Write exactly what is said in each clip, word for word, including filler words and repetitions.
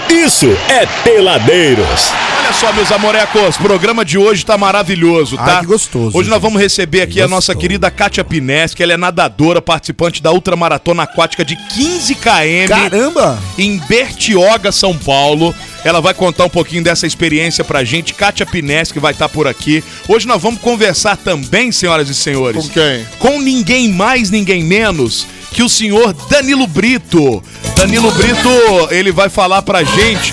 Isso é Peladeiros. Olha só, meus amorecos, o programa de hoje tá maravilhoso, tá? Ai, que gostoso. Hoje nós vamos receber aqui que a nossa querida Kátia Pines, que ela é nadadora, participante da ultramaratona aquática de quinze quilômetros. Caramba! Em Bertioga, São Paulo. Ela vai contar um pouquinho dessa experiência pra gente. Kátia Pines, que vai estar por aqui. Hoje nós vamos conversar também, senhoras e senhores. Com quem? Com ninguém mais, ninguém menos que o senhor Danilo Brito. Danilo Brito, ele vai falar pra gente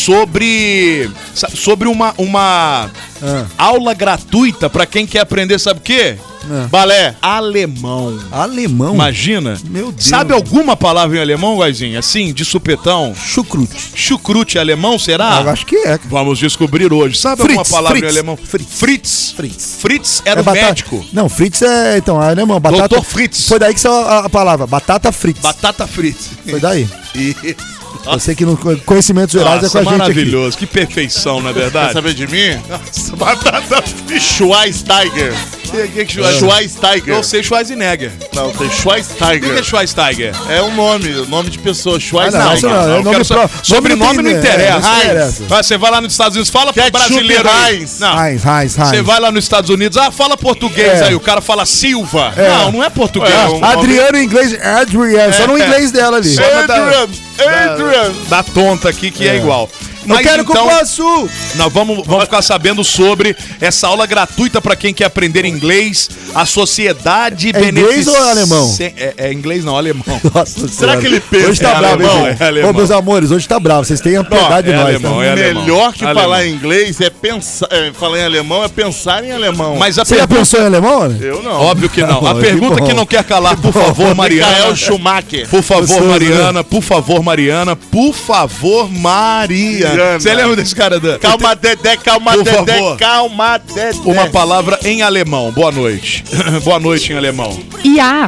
sobre sobre uma, uma ah. aula gratuita pra quem quer aprender, sabe o quê? Ah. Balé. Alemão. Alemão? Imagina. Meu Deus. Sabe alguma palavra em alemão, Guazinho? Assim, de supetão? Chucrute. Chucrute alemão, será? Eu acho que é. Vamos descobrir hoje. Sabe Fritz, alguma palavra Fritz, em alemão? Fritz. Fritz. Fritz. Fritz era É o batata... médico. Não, Fritz é, então, é alemão. Batata... doutor Fritz. Foi daí que saiu a, a palavra, batata Fritz. Batata Fritz. Foi daí. E... Eu sei que no conhecimentos gerais Nossa, é com a gente maravilhoso. Que perfeição, não é verdade? Quer saber de mim? Nossa, batata Fritz. Schweinsteiger. Que, que, que, Schweinsteiger. Eu sei Schwarzenegger. Não, tem O que, Schweinsteiger. que é Schweinsteiger? É um nome, nome de pessoa. Ah, não, Schweinsteiger. isso não, é eu nome quero pro- só- sobrenome não tem, interessa. é, não interessa. Vai, você vai lá nos Estados Unidos, fala pro Ketchup brasileiro aí. Heinz. Não. Heinz, Heinz, Heinz. Você vai lá nos Estados Unidos, ah, fala português É. aí, o cara fala Silva. É. Não, não é português. É, um- Adriano em inglês, Adrian, só no inglês dela ali. Só Adrian, Adrian. Da tonta aqui que é, É. igual. Eu quero então, cupuaçu! nós vamos, vamos ficar sabendo sobre essa aula gratuita para quem quer aprender inglês, a sociedade É inglês ou é alemão? É, é inglês não, alemão. Nossa Será que ele pensa Hoje tá é bravo, alemão? hein, É alemão. Ô, meus amores, hoje tá bravo. Vocês têm a piedade é de nós, alemão, tá? é alemão. Melhor que Alemão. falar em inglês é pensar. É, falar em alemão é pensar em alemão. Mas a Você já pergunta... pensou em alemão, né? eu não. Óbvio que não. A Que pergunta bom. que não quer calar, por favor, Mariana. Michael Schumacher. Por favor, Gostoso, Mariana, por favor, Mariana, por favor, Maria. Mariana. Você lembra desse cara, Dan? Calma, Dedé, calma, Por Dedé, favor. calma, Dedé. Uma palavra em alemão. Boa noite. Boa noite em alemão. Ja.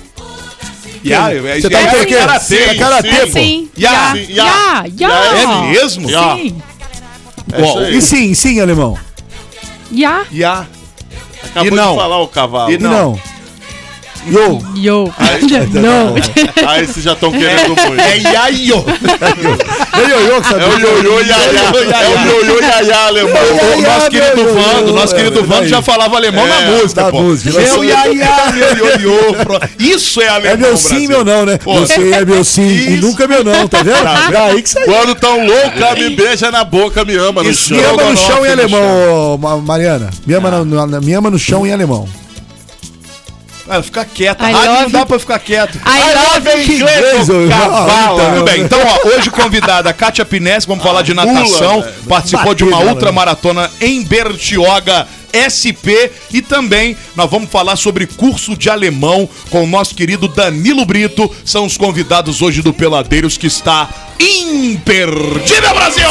Ya, é, Você tá é, no quê? karatê. É karatê, sim. pô. Sim. Ja. Ja. Sim, Ja. ja. Ja. É mesmo? Ja. Sim. É isso aí. E sim, sim, alemão. Ja. Ya. Acabou E não. de falar o cavalo. E E Não. não. Yo. Jo. Não. Aí vocês já estão querendo muito. É iaio. É ioiô que sabe? É o ioiô iaiá. É o ioiô iaiá alemão. O nosso Iaiá, querido meu Vando, Deus. nosso querido É, Vando daí. já falava alemão na É, música, da pô. música. Meu iaiá, meu ioiô. pro- Isso é alemão, É meu sim, Brasil. meu não, né? Pô. Você é meu sim e Isso. nunca meu não, tá vendo? É aí que saiu. Quando tão louca, me beija na boca, me ama no Isso. chão. Me ama no Estrogonofe chão em no alemão, ô, Ma- Mariana. Me ama, no, no- me ama no chão em alemão. Ah, fica quieto. I Rádio não love dá you. pra ficar quieto. I love Que inglês, ô, cavalo. ah, Tudo bem, então ó, hoje convidada a Kátia Pines, vamos falar de natação, velho. participou de Bater uma nela, ultramaratona em Bertioga S P e também nós vamos falar sobre curso de alemão com o nosso querido Danilo Brito, são os convidados hoje do Peladeiros que está imperdível, Brasil!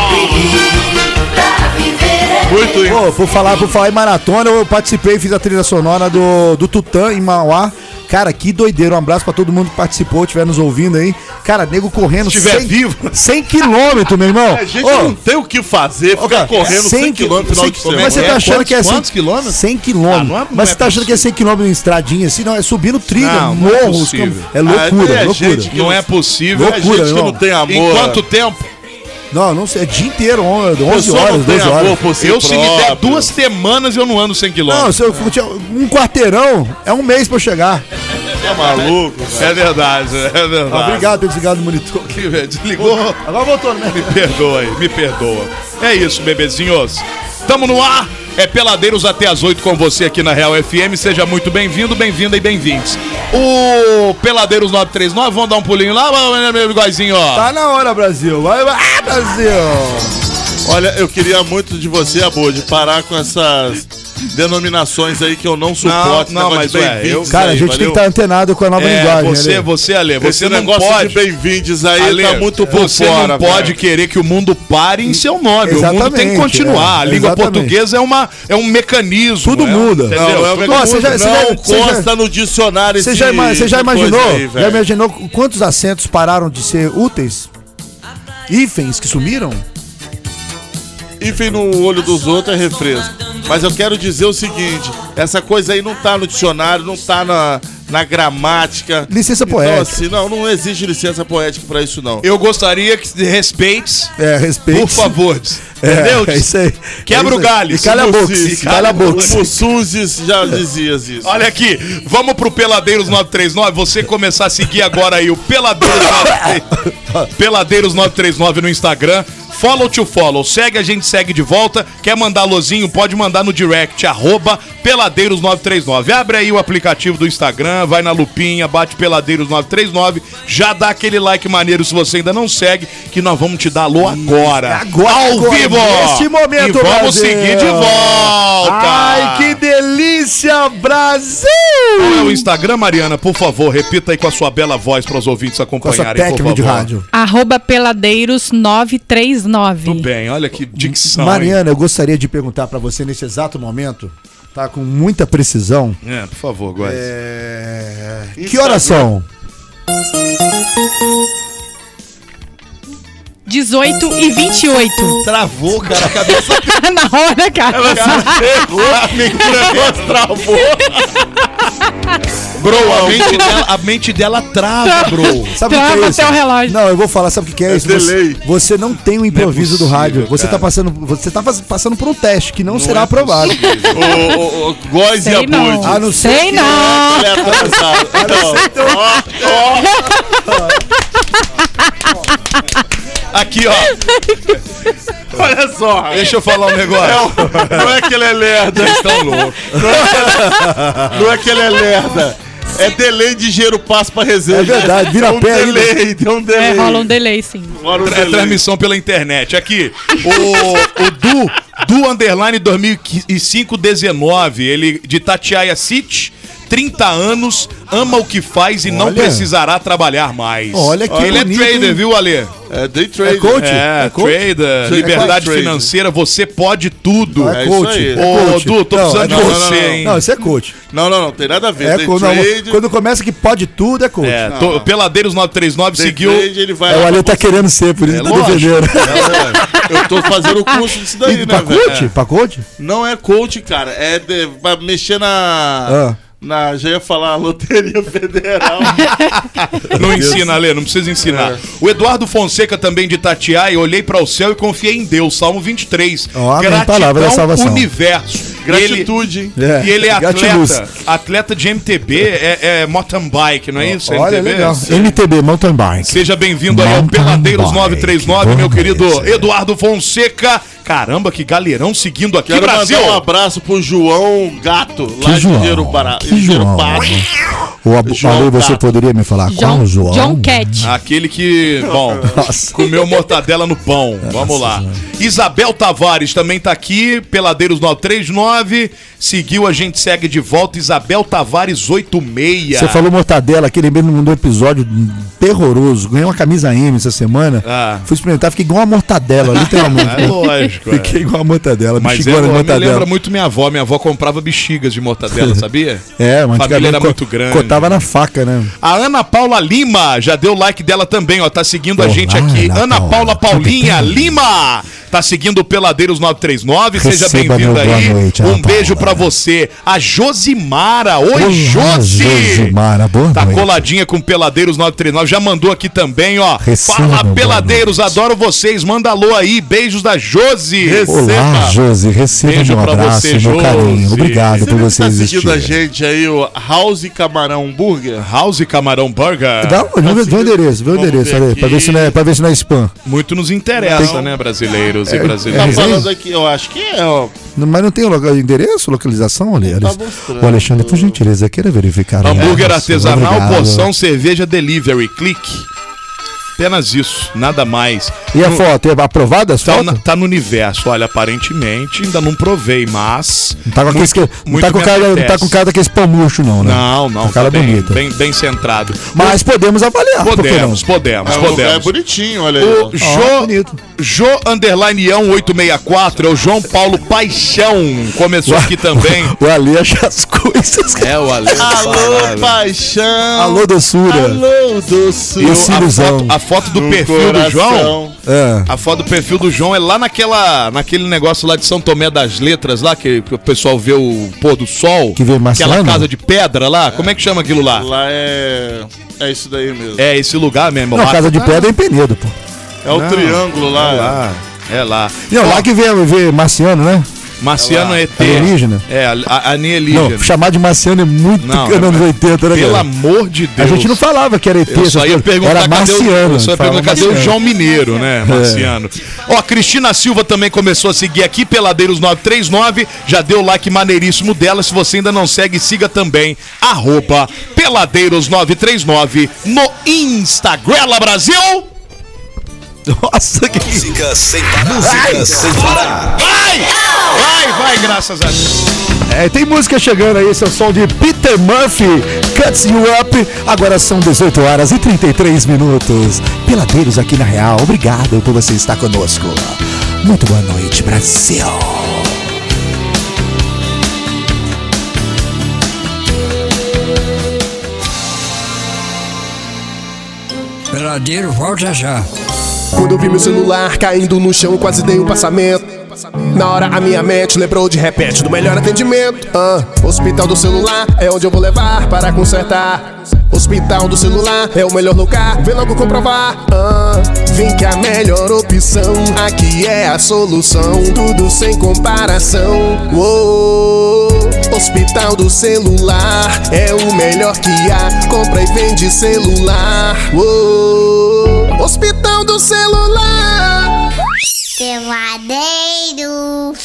Muito Pô, por falar, por falar em maratona, eu participei, fiz a trilha sonora do, do Tutã em Mauá. Cara, que doideira. Um abraço pra todo mundo que participou, estiver nos ouvindo aí. Cara, nego correndo Se estiver cem vivo. cem quilômetros, meu irmão. A gente Ô, não tem o que fazer, ficar cara, correndo cem quilômetros no final de cem semana. Mas você tá É, achando quantos- que é cem quantos quilômetros? cem quilômetros. Ah, não é- não mas é você tá achando que é cem quilômetros em estradinha assim? Não, é subindo trilha, Não, não é morros. possível. cam- É loucura, Ah, tem loucura. gente que Não é possível. É Loucura, gente que irmão. não tem amor. Em quanto tempo? Não, não sei, é dia inteiro, onze Pessoa horas, não tem doze amor horas. por si Eu, se me der próprio. duas semanas, eu não ando cem Não, quilômetros. se eu for- tinha um quarteirão, é um mês pra eu chegar. Tá maluco, velho. É verdade, é verdade. Ah, obrigado por ter desligado o monitor. Que, velho, desligou. Agora voltou, né? Me perdoa aí, me perdoa. É isso, bebezinhos. Tamo no ar. É Peladeiros até as oito com você aqui na Real F M. Seja muito bem-vindo, bem-vinda e bem-vindos. O Peladeiros nove três nove, vamos dar um pulinho lá, meu igualzinho, ó. Tá na hora, Brasil. Vai, vai, ah, Brasil. Olha, eu queria muito de você, Abô, de parar com essas denominações aí que eu não suporto. não, negócio mas, de ué, bem-vindos eu- Cara, a aí, gente tem que valeu? estar antenado com a nova É, linguagem. você, né? você, Ale, você Esse não negócio pode... de bem-vindos aí Ale, tá muito por você fora, não pode velho. querer que o mundo pare em seu nome. O mundo tem que Exatamente, continuar. é, A língua exatamente. portuguesa é, uma, é um mecanismo. Tudo é, muda. Entendeu? Não, é um Tudo Ó, mecanismo, você já- você não já- você já- consta no dicionário Você esse- já, ima- você já essa coisa imaginou? aí, já velho. imaginou quantos acentos pararam de ser úteis? Hífens que sumiram? Enfim, no olho dos outros é refresco. Mas eu quero dizer o seguinte, essa coisa aí não tá no dicionário, não tá na, na gramática. Licença então, poética. assim, não, não exige licença poética pra isso, não. Eu gostaria que respeite, É, respeito. por favor. É, Entendeu? é isso aí. Quebra É o isso aí. galho. E calha a boca. Sim, E calha a boca. O Mussuzes já dizia isso. Olha aqui, vamos pro Peladeiros nove três nove. Você começar a seguir agora aí o Peladeiros nove três nove, Peladeiros nove três nove no Instagram. Follow to follow. Segue, a gente segue de volta. Quer mandar alôzinho? Pode mandar no direct, arroba Peladeiros nove três nove. Abre aí o aplicativo do Instagram, vai na lupinha, bate Peladeiros nove três nove. Já dá aquele like maneiro se você ainda não segue, que nós vamos te dar alô agora. Agora, ao agora, vivo. neste momento, e vamos Brasil. seguir de volta. Ai, que delícia, Brasil! Qual é o Instagram, Mariana? Por favor, repita aí com a sua bela voz para os ouvintes Com essa acompanharem, por técnica favor. de rádio. Arroba Peladeiros nove três nove. Tudo bem, olha que dicção. Mariana, eu gostaria de perguntar pra você nesse exato momento, tá? Com muita precisão. hein? É, por favor, Góes. É... Que horas são? dezoito e vinte e oito. Travou, cara, a cabeça Na hora, cara. a mente travou. Bro, a mente, dela, a mente dela trava, bro. Sabe o que Trava é isso? até o relógio. Não, eu vou falar, sabe o que que é, É isso? Você, delay. você não tem o improviso Não é do rádio. possível, Você cara. tá passando, você tá faz- passando por um teste que não, Não será é aprovado. O, o, o Góes e Sei a não. Bud. A não ser Sei que- não. Ele é atrasado. Então, ó, ó. Aqui, ó. Olha só. Deixa eu falar um negócio. Não é que ele é lerda. Vocês estão loucos. Não é que ele é lerda. É delay de giro passo pra resenha. É verdade, vira Tem um pé ainda. delay, tem um delay. É, rola um delay, sim. Rola um É delay. transmissão pela internet. Aqui, o, o Du, Du Underline dois mil e cinco dezenove, ele de Tatiaia City, trinta anos, ama o que faz e não Olha. precisará trabalhar mais. Olha que Ele bonito, é trader, hein? viu, Ale? É day trade. É coach? É, É coach? trader, Sim, liberdade é coach. financeira, você pode tudo. Não, É é isso coach. aí. É Ô, coach. Du, tô Não, precisando é de coach. você, hein? Não, isso é coach. Não, não, não. Tem nada a ver. É day co- não, trade. quando começa que pode tudo, é coach. É, tô- Peladeiros nove três nove day seguiu. trade, ele vai É, o lá Ale pra tá querendo ser, por isso É tá lógico. defendendo. É, eu tô fazendo o curso disso daí, E né, pra velho? coach? Pra coach? Não é coach, cara. É de, pra mexer na. Ah. na já ia falar Loteria Federal. Não ensina, Ale, não precisa ensinar. É. O Eduardo Fonseca também de Itatiaia, olhei para o céu e confiei em Deus. Salmo vinte e três. Ó, amém, palavra da salvação. Universo. Gratitude, hein? E ele, e ele é gratiluz. atleta, atleta de M T B, é, é mountain bike, não é isso? Olha, M T B? legal. M T B, mountain bike. Seja bem-vindo aí ao Mountain Peladeiros bike. nove três nove, meu Vamos querido nessa. Eduardo Fonseca. Caramba, que galerão seguindo aqui, Quero Brasil. mandar um abraço pro João Gato, lá Que João? de Giro Bara- Que Giro João? Pago. O Abu- João Ale, você Tato. poderia me falar qual John, João? John Cat. Aquele que, bom, Nossa. comeu mortadela no pão. Vamos lá. Isabel Tavares também tá aqui, Peladeiros nove três nove. Seguiu, a gente segue de volta. Isabel Tavares oitenta e seis. Você falou mortadela aqui, lembrei de um episódio terroroso. Ganhei uma camisa M essa semana. Ah. Fui experimentar, fiquei igual uma mortadela, literalmente. É lógico. é. Fiquei igual uma mortadela, Mas é, bexigona de me mortadela. lembra muito minha avó. Minha avó comprava bexigas de mortadela, sabia? É, mas A família era co- muito grande. Cotava na faca, né? A Ana Paula Lima já deu like dela também, ó. Tá seguindo a Olá, gente aqui. Ana Ana Paula. Paula Paulinha Tudo bem? Lima. Tá seguindo o Peladeiros nove três nove. Seja Receba bem-vinda meu boa aí. noite, Ana um beijo pra Paula. você. A Josimara. Oi, Olá, Josi. Josimara, boa Tá noite. coladinha com Peladeiros nove três nove. Já mandou aqui também, ó. Receba Fala, meu boa Peladeiros. Adoro vocês. Manda alô aí. Beijos da Josi. Olá, Josi, receba Beijo meu pra abraço você, e meu Josi. carinho. Obrigado Você por você tá existir. seguindo a gente aí, o House Camarão Burger? House Camarão Burger. Dá onde? Vê, vê o endereço, vê o Vamos endereço, ver ali, pra ver, aqui. se não é, pra ver se não é spam. Muito nos interessa, Não. né, brasileiros e É, Tá brasileiras. é, falando aqui, eu acho que é, ó. Não, mas não tem o loca- endereço, localização, Ale? Tá Ale- mostrando. O Alexandre, por gentileza, queira verificar. Hambúrguer Nossa, artesanal, obrigado. porção, cerveja delivery. Clique. Apenas isso, nada mais. E a No- foto? É aprovada as Tá, fotos? na- tá no universo, olha, aparentemente ainda não provei, mas. Não tá com, aqueles que, não muito tá com me cara, não tá apetece. com cara daqueles pão murcho, não, né? Não, não, Tá cara tá bem, bonita. bem, bem centrado. Mas podemos avaliar, por que Podemos, não? podemos, É um lugar podemos. bonitinho, olha aí. O ó. Jo, bonito. Jo Underline oitocentos e sessenta e quatro é o João Paulo Paixão. Começou aqui também. O Ale acha as coisas. É o Ale. Alô, paixão. Alô, doçura. Alô, doçura. Eu, Esse a, ilusão. foto, a foto do No perfil do João. coração. É. A foto do perfil do João é lá naquela, naquele negócio lá de São Tomé das Letras, lá que, que o pessoal vê o pôr do sol. Que vê marciano? Aquela casa de pedra lá. Como é que chama aquilo lá? Lá é. É isso daí mesmo. É esse lugar mesmo. Não, lá. casa de pedra é em Penedo, pô. É o Não, triângulo lá. É lá. É lá. Não, Ó, lá que vê, vê marciano, né? Marciano é E T. Alienígena? É, a- a- alienígena. Não, chamar de marciano é muito Não, anos mas- oitenta, né, Pelo cara? amor de Deus. A gente não falava que era E T, Eu só ia essas coisas. perguntar era cadê o, marciano. eu só ia falava perguntar cadê o marciano. João Mineiro, né, Marciano? Ó, a Cristina Silva também começou a seguir aqui, Peladeiros nove três nove, já deu o like maneiríssimo dela, se você ainda não segue, siga também, arroba Peladeiros nove três nove no Instagram, Brasil! Nossa, que... Música sem parar. Música sem parar. Vai! Vai, vai, graças a Deus. É, tem música chegando aí, esse é o som de Peter Murphy, Cuts You Up. Agora são dezoito horas e trinta e três minutos. Peladeiros aqui na Real, obrigado por você estar conosco. Muito boa noite, Brasil. Peladeiro, volta já. Quando eu vi meu celular caindo no chão, quase dei um passamento. Na hora a minha mente lembrou de repente do melhor atendimento. Ah, hospital do celular é onde eu vou levar para consertar. Hospital do celular é o melhor lugar, vem logo comprovar. Ah, vem que a melhor opção aqui é a solução, tudo sem comparação. Uou, Hospital do celular é o melhor que há, compra e vende celular. Uou, Hospital do celular. Peladeiros.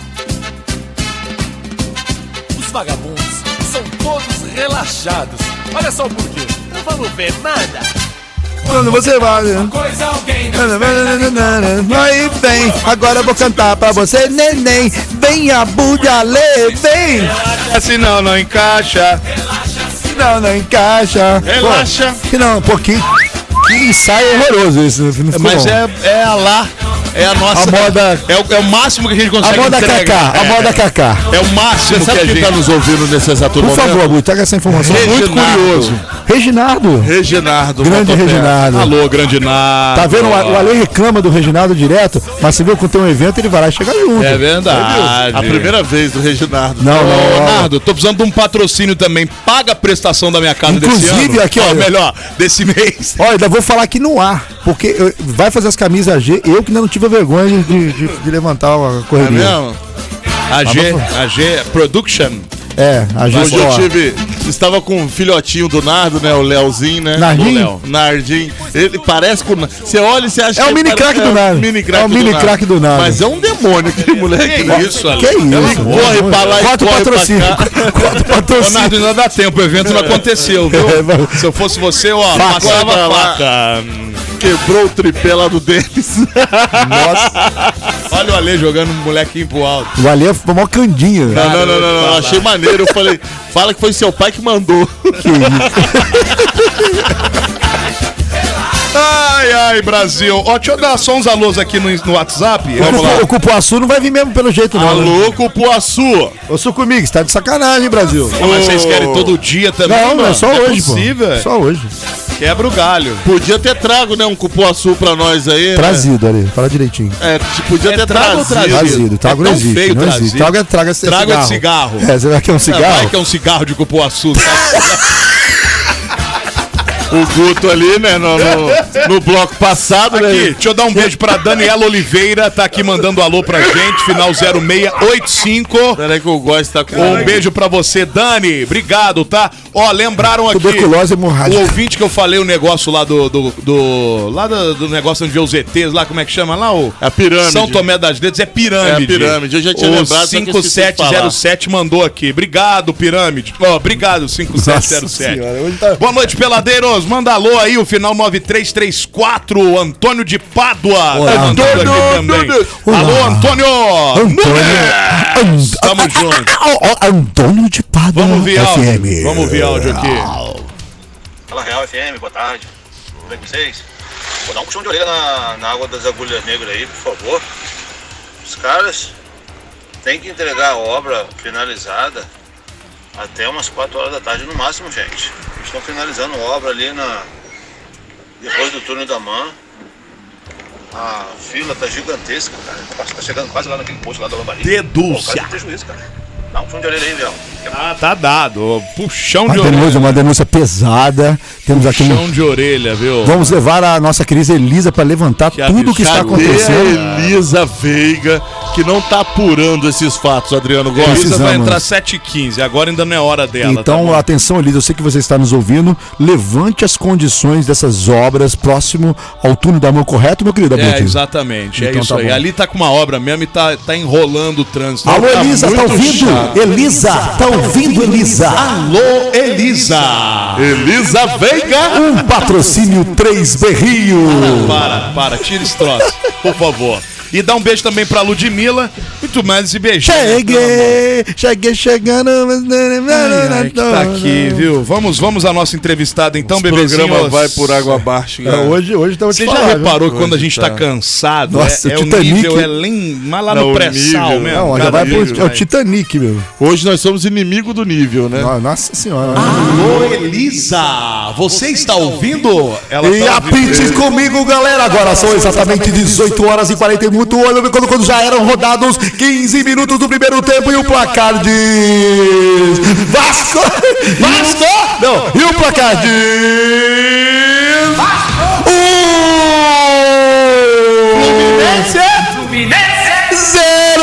Os vagabundos são todos relaxados. Olha só por quê. Não vamos ver nada. Quando você vai... Coisa alguém Aí vem, agora eu vou cantar pra você, neném. Vem a Budalê, vem. Assim não, não encaixa. Não, não encaixa. Relaxa. Pô, que não, um pouquinho. Que ensaio horroroso isso. Não ficou Mas bom. é, é a lá. É a nossa. A moda- É o, é o máximo que a gente A consegue moda entregar. Cacá, a É. moda Cacá. É o máximo Você que a sabe quem gente... tá nos ouvindo nesse exato Por momento? favor, Abu, traga essa informação. Muito Reginaldo. curioso. Reginaldo. Reginaldo. Grande Motopé. Reginaldo. Alô, grande Nado. Tá vendo? O o Ale reclama do Reginaldo direto, mas você viu que tem um evento, ele vai lá e chega junto. É verdade. A primeira vez do Reginaldo. Não, Ô, não, não. Nardo, tô precisando de um patrocínio também. Paga a prestação da minha casa desse ano. Inclusive, aqui, ó. melhor, desse mês. Olha, ainda vou falar aqui no ar, porque eu- vai fazer as camisas G, eu que ainda não tive a vergonha de, de- de- de levantar a É correria. mesmo? A G, a G Production. É, a G Hoje eu ó, tive. Estava com um filhotinho do Nardo, né? O Leozinho, né? Nardinho? O Léo. Nardinho. Ele parece com. Você olha e você acha É o que mini ele craque parece- do Nardo. Mini craque É o mini craque do Nardo. Mas é um demônio aquele moleque, né? isso, Ale? Que isso? Ele corre pra lá e Corta o corre patrocínio. pra cá. Corta o Ô, patrocínio. Nardo, ainda dá tempo, o evento não aconteceu, viu? É, vai- Se eu fosse você, ó, Faca, passava vai a lá. faca. Quebrou o tripé lá do Denis. Olha o Ale jogando um molequinho pro alto. O Ale foi uma candinha. Não, não, não, não, não. Achei maneiro. Eu falei, fala que foi seu pai que mandou. Ai, ai, Brasil. Ó, deixa eu dar só uns alôs aqui no, no WhatsApp. Vamos lá. O Cupuaçu não vai vir mesmo pelo jeito, não. né? Alô, Cupuaçu. Ô, Su comigo, você tá de sacanagem, Brasil. Pô, mas vocês querem todo dia também? Não, não mano? é só Não hoje, pô. possível. é. Só hoje. Quebra o galho. Podia ter trago, né? Um Cupuaçu pra nós aí. né? Trazido, Ali. Fala direitinho. É, tipo, podia É ter trago ou trazido. trazido? Trazido. Trago É não tão existe. feio Não trazido. existe. Traga, traga esse Trago é de cigarro. cigarro. É, você vai querer um Não, cigarro? vai que é um cigarro de cupuaçu. Tá? O Guto ali, né? No, no, no bloco passado, Aqui, né? deixa eu dar um beijo pra Daniela Oliveira, tá aqui mandando alô pra gente, final zero seis oito cinco. Peraí que o Góis tá com... Um beijo pra você, Dani. Obrigado, tá? Ó, lembraram aqui Tuberculose o hemorrágica. ouvinte que eu falei o negócio lá do... do, do lá do, do negócio onde vê os E Tês, lá, como é que chama lá? O A pirâmide. São Tomé das Letras, é pirâmide. É a pirâmide, eu já tinha o lembrado, só que eu cinco esqueci de sete falar. zero sete mandou aqui. Obrigado, pirâmide. Ó, obrigado, cinco sete zero sete. Senhora, hoje tá- Boa noite, peladeiros. Manda alô aí, o final nove três três quatro, Antônio de Pádua. Olá, Tá mandando Antônio aqui também. Nunes. Olá. Alô, Antônio. Antônio. Nunes. Tamo Ah, junto. ah, ah, ah, Antônio de Pádua. Vamos ouvir F áudio. M. Vamos ouvir áudio aqui. Fala Real F M, boa tarde. Tudo bem com vocês? Vou dar um puxão de orelha na, na água das agulhas negras aí, por favor. Os caras têm que entregar a obra finalizada até umas quatro horas da tarde no máximo, gente. Estão finalizando a obra ali na, depois do túnel da Man, a fila tá gigantesca, cara. Tá chegando quase lá naquele posto lá da Lambari. Dedúcia. Pô, cara, tem juízo, cara. Dá um puxão de orelha aí, Léo. Ah, tá dado. Puxão Uma de denúncia, orelha. uma denúncia pesada. Temos aqui um... Puxão de orelha, viu? Vamos levar a nossa querida Elisa para levantar Que tudo o que está Cadê acontecendo. a Elisa Veiga, que não tá apurando esses fatos, Adriano Góes? Elisa vai Precisamos. entrar sete e quinze, agora ainda não é hora dela. Então, tá bom? atenção, Elisa, eu sei que você está nos ouvindo. Levante as condições dessas obras próximo ao túnel da mão, correto, meu querido É, Abud? exatamente, é Então isso tá aí. bom. Ali tá com uma obra mesmo e tá, tá enrolando o trânsito. Alô, Tá Elisa, tá muito ouvindo? chato. Elisa, tá ouvindo, Elisa? Alô, Elisa! Elisa Veiga! Um patrocínio três B Rio. Para, para, tira esse troço, por favor. E dá um beijo também pra Ludmilla. Muito mais esse beijinho. Cheguei, cheguei chegando. Ai, ai, que tá aqui, viu? Vamos, vamos à nossa entrevistada então, O bebezinho. programa vai por água abaixo, É, cara. hoje, hoje tava te Você já falar, viu? reparou que quando a Hoje gente tá. tá cansado, Nossa, é, é o o Titanic- nível, é lá, lá, lá Não, no o pré-sal nível. mesmo. Não, já cada vai pro, nível é o vai. Titanic, meu. Hoje nós somos inimigo do nível, né? No- Nossa senhora. Alô, Elisa! Você está ouvindo? Ela E tá apite ouvindo. comigo, galera. Agora são exatamente dezoito horas e quarenta minutos. Olha quando, quando já eram rodados quinze minutos do primeiro tempo. E o placar diz. Vasco! Vasco! Não, e o placar diz. Vasco! Fluminense! Zero!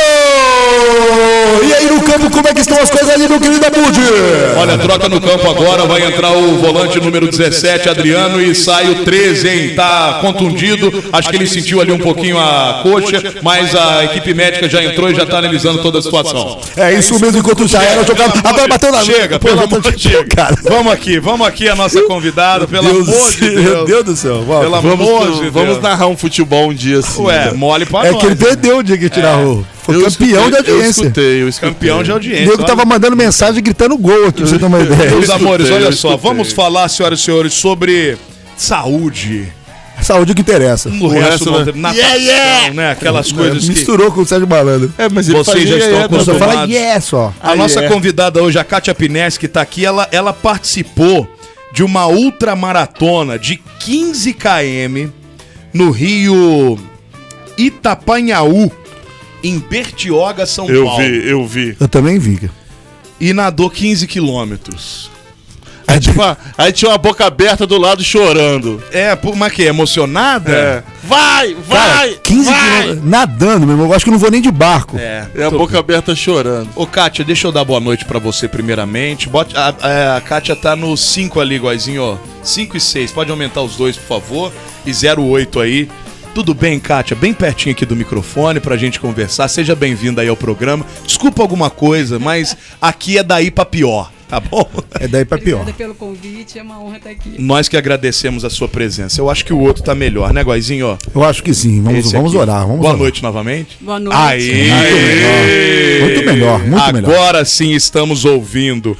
E aí no campo, como é que estão as coisas ali, meu querido Abud? Olha, troca no campo agora, vai entrar o volante número dezessete, Adriano, e sai o treze, hein? Tá contundido, acho que ele sentiu ali um pouquinho a coxa, mas a equipe médica já entrou e já tá analisando toda a situação. É isso mesmo, enquanto já era jogado. Agora bateu na Chega, Pô, pelo já tá amor de de- Deus. cara. Vamos aqui, vamos aqui a nossa convidada, pelo Deus amor do de céu, Deus. Meu Deus do céu. Vamos. Pelo Vamos, amor de Deus. vamos narrar um futebol um dia assim. Ué, né? mole pra É nós. que ele perdeu o dia que tirar o. Foi Eu campeão escutei, de audiência. Eu escutei, eu escutei. Campeão de O audiência. nego tava olha. mandando mensagem gritando gol aqui, pra você ter uma ideia. Meus Eu amores, escutei, olha eu só, escutei. vamos falar, senhoras e senhores, sobre saúde. Saúde é o que interessa. No O resto, resto, não né? tem natação, Yeah, yeah! né? Aquelas coisas que... Misturou com o Sérgio Malandro. É, mas ele Vocês já fazia, estão é, com- Eu só fala acostumados. yes, só. A Ah, nossa é. convidada hoje, a Kátia Pines, que tá aqui, ela, ela participou de uma ultramaratona de quinze quilômetros no Rio Itapanhaú, em Bertioga, São Eu Paulo. vi, eu vi. Eu também vi. cara. E nadou quinze quilômetros. Aí, tipo, a- aí tinha uma boca aberta do lado chorando. É, por- mas que? Emocionada? É. Vai, Cara, vai, quinze vai. quilômetros. Nadando, meu irmão. Eu acho que eu não vou nem de barco. É. É a boca aberta chorando. Ô, Kátia, deixa eu dar boa noite pra você primeiramente. Bote, a, a, a Kátia tá no cinco ali, igualzinho, ó. cinco e seis. Pode aumentar os dois, por favor. E zero oito aí. Tudo bem, Kátia? Bem pertinho aqui do microfone pra gente conversar. Seja bem-vinda aí ao programa. Desculpa alguma coisa, mas aqui é daí pra pior, tá bom? É daí pra pior. Obrigada pelo convite, é uma honra estar aqui. Nós que agradecemos a sua presença. Eu acho que o outro tá melhor, né, Guaizinho? Ó, Eu acho que sim. Vamos, Esse vamos aqui. orar. Vamos Boa orar. noite novamente. Boa noite. Aê! Muito melhor, muito melhor. Agora sim estamos ouvindo.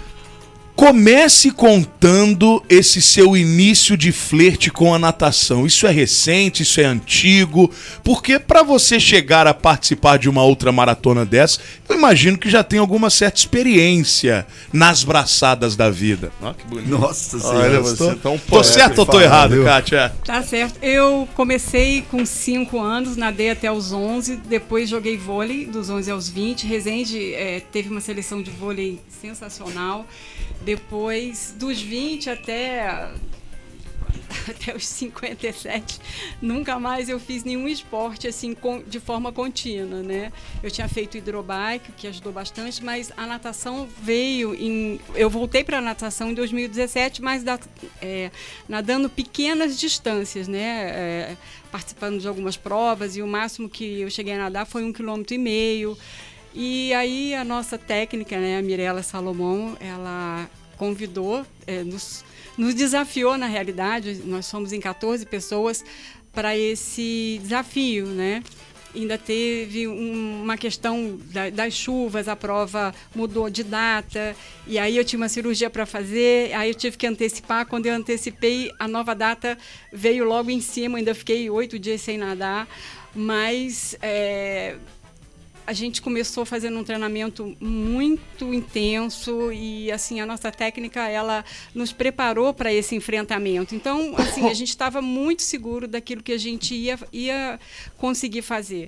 Comece contando esse seu início de flerte com a natação. Isso é recente, isso é antigo, porque para você chegar a participar de uma outra maratona dessa, eu imagino que já tem alguma certa experiência nas braçadas da vida. Ó, que bonito. Nossa Olha, você é tão Tô poético. certo ou tô fala, errado, viu? Kátia? Tá certo. Eu comecei com cinco anos, nadei até os onze, depois joguei vôlei dos onze aos vinte. Resende eh, teve uma seleção de vôlei sensacional. Depois, dos vinte até, até os cinquenta e sete, nunca mais eu fiz nenhum esporte assim com, de forma contínua, né? Eu tinha feito hidrobike, o que ajudou bastante, mas a natação veio em... Eu voltei para a natação em dois mil e dezessete, mas da, é, nadando pequenas distâncias, né? É, participando de algumas provas, e o máximo que eu cheguei a nadar foi um quilômetro e meio. E aí a nossa técnica, né, a Mirella Salomão, ela convidou, é, nos, nos desafiou na realidade, nós somos em quatorze pessoas, para esse desafio, né? Ainda teve um, uma questão da, das chuvas, a prova mudou de data, e aí eu tinha uma cirurgia para fazer, aí eu tive que antecipar. Quando eu antecipei, a nova data veio logo em cima, ainda fiquei oito dias sem nadar, mas... É, a gente começou fazendo um treinamento muito intenso e, assim, a nossa técnica, ela nos preparou para esse enfrentamento. Então, assim, a gente estava muito seguro daquilo que a gente ia, ia conseguir fazer.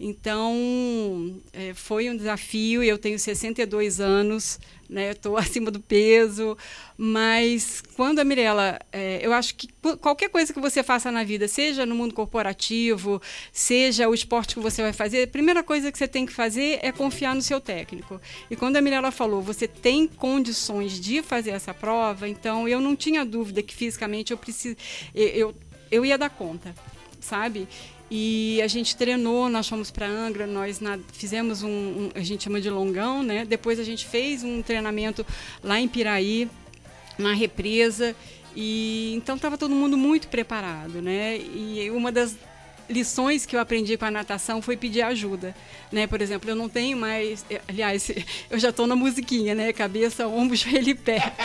Então, é, foi um desafio. Eu tenho sessenta e dois anos, né? Estou acima do peso, mas quando a Mirella, é, eu acho que qualquer coisa que você faça na vida, seja no mundo corporativo, seja o esporte que você vai fazer, a primeira coisa que você tem que fazer é confiar no seu técnico. E quando a Mirella falou, você tem condições de fazer essa prova, então eu não tinha dúvida que fisicamente eu, preciso, eu, eu ia dar conta, sabe? E a gente treinou, nós fomos para Angra, nós na, fizemos um, um, a gente chama de longão, né? Depois a gente fez um treinamento lá em Piraí, na represa, e então estava todo mundo muito preparado, né? E uma das lições que eu aprendi com a natação foi pedir ajuda, né? Por exemplo, eu não tenho mais, aliás, eu já estou na musiquinha, né? Cabeça, ombro, joelho e pé.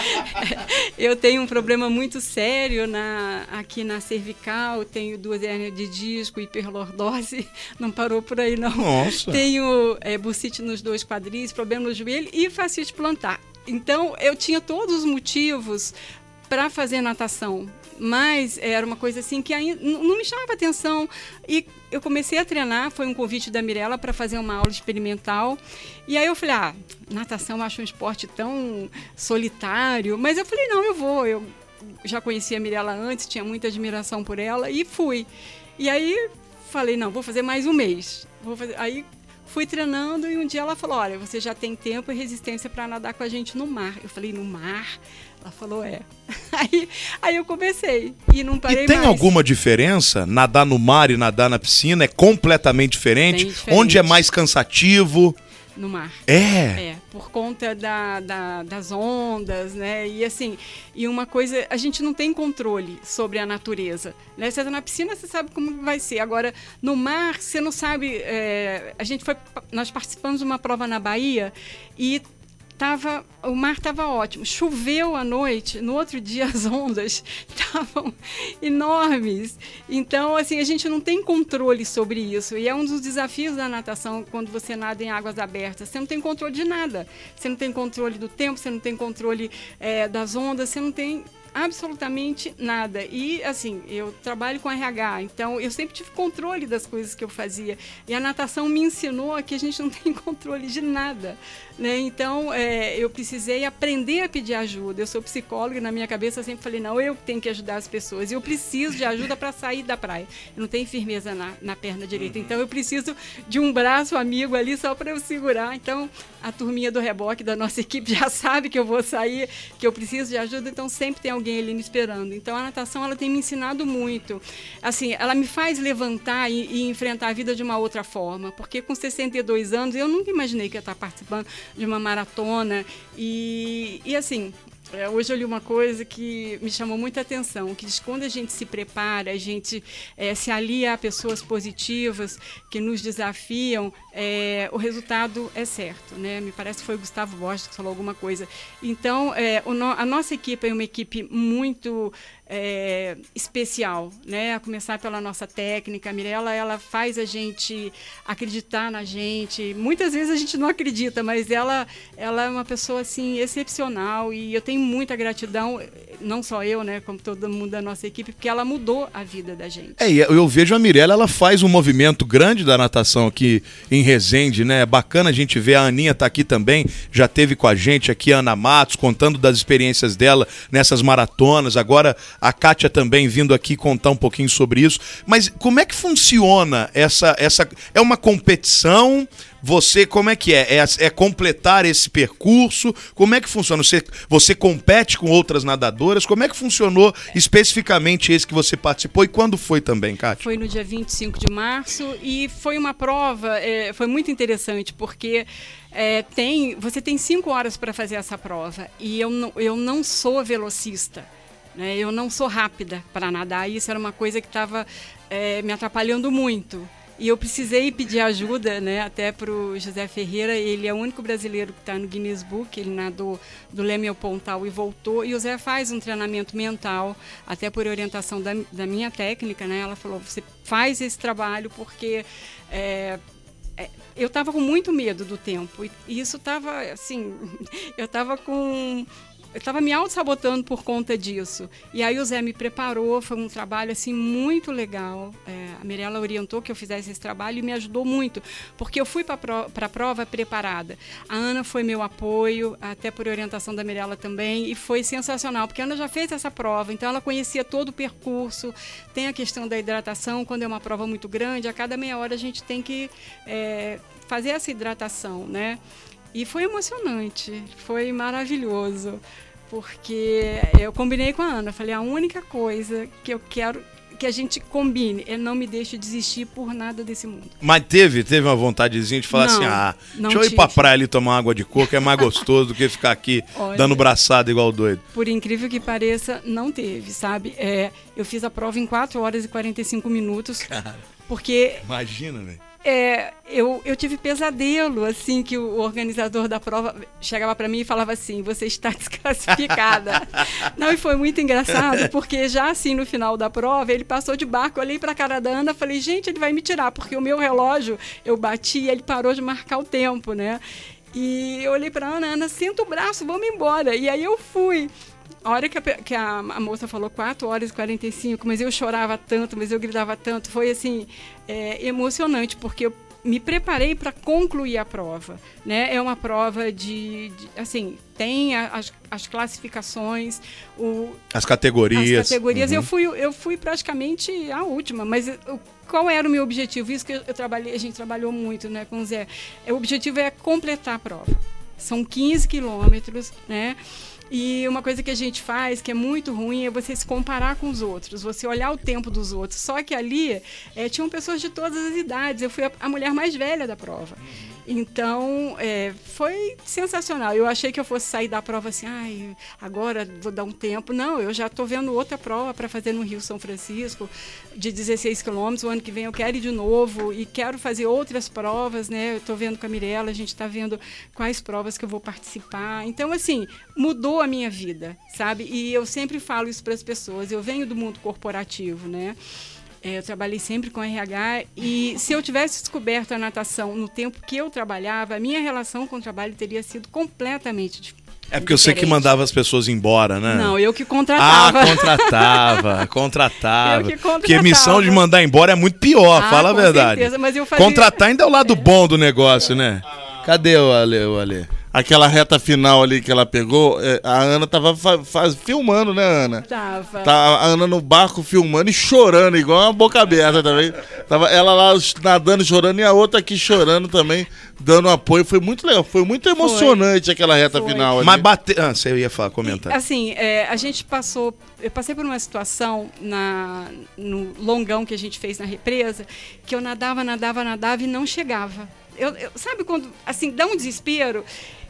Eu tenho um problema muito sério na, aqui na cervical, tenho duas hérnias de disco, hiperlordose, não parou por aí não. Nossa. Tenho é, bursite nos dois quadris, problema no joelho e fascite plantar. Então, eu tinha todos os motivos para fazer natação, mas era uma coisa assim que ainda não me chamava atenção. E eu comecei a treinar, foi um convite da Mirella para fazer uma aula experimental. E aí eu falei, ah, natação eu acho um esporte tão solitário. Mas eu falei, não, eu vou. Eu já conhecia a Mirella antes, tinha muita admiração por ela e fui. E aí falei, não, vou fazer mais um mês. Vou fazer... Aí fui treinando e um dia ela falou, olha, você já tem tempo e resistência para nadar com a gente no mar. Eu falei, no mar? Ela falou, é. Aí, aí eu comecei e não parei mais. E tem mais. alguma diferença? Nadar no mar e nadar na piscina é completamente diferente? diferente. Onde é mais cansativo? No mar. É? É, por conta da, da, das ondas, né? E assim, e uma coisa, a gente não tem controle sobre a natureza, né? Você tá na piscina, você sabe como vai ser. Agora, no mar, você não sabe... É, a gente foi... Nós participamos de uma prova na Bahia e... Tava, o mar estava ótimo, choveu à noite, no outro dia as ondas estavam enormes. Então, assim, a gente não tem controle sobre isso. E é um dos desafios da natação quando você nada em águas abertas. Você não tem controle de nada. Você não tem controle do tempo, você não tem controle é, das ondas, você não tem absolutamente nada. E, assim, eu trabalho com R H, então eu sempre tive controle das coisas que eu fazia. E a natação me ensinou que a gente não tem controle de nada, né? Então, é, eu precisei aprender a pedir ajuda. Eu sou psicóloga e na minha cabeça eu sempre falei, não, eu tenho que ajudar as pessoas. E eu preciso de ajuda para sair da praia. Eu não tenho firmeza na, na perna direita, então eu preciso de um braço amigo ali só para eu segurar. Então, a turminha do reboque da nossa equipe já sabe que eu vou sair, que eu preciso de ajuda, então sempre tem alguém ali me esperando. Então a natação, ela tem me ensinado muito. Assim, ela me faz levantar e, e enfrentar a vida de uma outra forma, porque com sessenta e dois anos eu nunca imaginei que ia estar participando de uma maratona e, e assim... É, hoje eu li uma coisa que me chamou muita atenção, que diz que quando a gente se prepara, a gente é, se alia a pessoas positivas que nos desafiam, é, o resultado é certo, né? Me parece que foi o Gustavo Borges que falou alguma coisa. Então, é, o no, a nossa equipe é uma equipe muito é, especial, né? A começar pela nossa técnica. A Mirella, ela faz a gente acreditar na gente. Muitas vezes a gente não acredita, mas ela, ela é uma pessoa assim, excepcional e eu tenho muita gratidão, não só eu, né, como todo mundo da nossa equipe, porque ela mudou a vida da gente. É, e eu vejo a Mirella, ela faz um movimento grande da natação aqui em Resende, né? É bacana a gente ver, a Aninha tá aqui também, já teve com a gente aqui, a Ana Matos, contando das experiências dela nessas maratonas, agora a Kátia também vindo aqui contar um pouquinho sobre isso. Mas como é que funciona essa... essa é uma competição... Você, como é que é? é? É completar esse percurso? Como é que funciona? Você, você compete com outras nadadoras? Como é que funcionou especificamente esse que você participou e quando foi também, Kátia? Foi no dia vinte e cinco de março e foi uma prova, é, foi muito interessante porque é, tem, você tem cinco horas para fazer essa prova e eu não, eu não sou velocista. Né? Eu não sou rápida para nadar e isso era uma coisa que estava é, me atrapalhando muito. E eu precisei pedir ajuda, né, até para o José Ferreira, ele é o único brasileiro que está no Guinness Book, ele nadou do Leme ao Pontal e voltou, e o Zé faz um treinamento mental, até por orientação da, da minha técnica, né, ela falou, você faz esse trabalho porque é, é, eu estava com muito medo do tempo. E, e isso estava, assim, eu estava com... Eu estava me auto-sabotando por conta disso. E aí o Zé me preparou, foi um trabalho assim muito legal. É, a Mirella orientou que eu fizesse esse trabalho e me ajudou muito, porque eu fui para a prova preparada. A Ana foi meu apoio, até por orientação da Mirella também, e foi sensacional, porque a Ana já fez essa prova, então ela conhecia todo o percurso. Tem a questão da hidratação, quando é uma prova muito grande, a cada meia hora a gente tem que é, fazer essa hidratação, né? E foi emocionante, foi maravilhoso, porque eu combinei com a Ana, falei, a única coisa que eu quero que a gente combine é não me deixe desistir por nada desse mundo. Mas teve, teve uma vontadezinha de falar não, assim, ah, deixa eu ir tive. pra praia ali tomar uma água de coco, é mais gostoso do que ficar aqui Olha, dando braçada igual doido. Por incrível que pareça, não teve, sabe? É, eu fiz a prova em quatro horas e quarenta e cinco minutos, Cara, porque... Imagina, velho. É, eu, eu tive pesadelo, assim, que o organizador da prova chegava para mim e falava assim, você está desclassificada. Não, e foi muito engraçado, porque já assim, no final da prova, ele passou de barco, eu olhei para a cara da Ana, falei, gente, ele vai me tirar, porque o meu relógio, eu bati e ele parou de marcar o tempo, né? E eu olhei para a Ana, Ana, senta o braço, vamos embora. E aí eu fui. A hora que a, que a, a moça falou quatro horas e quarenta e cinco, mas eu chorava tanto, mas eu gritava tanto, foi assim, é, emocionante, porque eu me preparei para concluir a prova, né? É uma prova de, de assim, tem a, as, as classificações, o, as categorias. As categorias, uhum. eu, fui, eu fui praticamente a última, mas eu, qual era o meu objetivo? Isso que eu, eu trabalhei, a gente trabalhou muito, né, com o Zé. O objetivo é completar a prova. São quinze quilômetros, né? E uma coisa que a gente faz, que é muito ruim, é você se comparar com os outros, você olhar o tempo dos outros. Só que ali é, tinham pessoas de todas as idades, eu fui a, a mulher mais velha da prova. Então, é, foi sensacional. Eu achei que eu fosse sair da prova assim, ai, agora vou dar um tempo. Não, eu já estou vendo outra prova para fazer no Rio São Francisco, de dezesseis quilômetros. O ano que vem eu quero ir de novo e quero fazer outras provas, né? Eu estou vendo com a Mirella, a gente está vendo quais provas que eu vou participar. Então, assim, mudou a minha vida, sabe? E eu sempre falo isso para as pessoas. Eu venho do mundo corporativo, né? É, eu trabalhei sempre com R H e se eu tivesse descoberto a natação no tempo que eu trabalhava, a minha relação com o trabalho teria sido completamente diferente. É porque eu sei que mandava as pessoas embora, né? Não, eu que contratava. Ah, contratava, contratava. Eu que contratava. Porque a missão de mandar embora é muito pior, ah, fala a verdade. Certeza, mas eu fazia... Contratar ainda é o lado bom do negócio, né? Cadê o Ale? O Ale? Aquela reta final ali que ela pegou, a Ana tava fa- faz, filmando, né, Ana? Tava. Tá a Ana no barco filmando e chorando, igual uma boca aberta também. Tava ela lá nadando, chorando, e a outra aqui chorando também, dando apoio. Foi muito legal, foi muito emocionante foi. aquela reta foi. final ali. Mas bater... Ah, você ia falar, comentar. E, assim, é, a gente passou... Eu passei por uma situação na, no longão que a gente fez na represa, que eu nadava, nadava, nadava e não chegava. Eu, eu, sabe quando, assim, dá um desespero?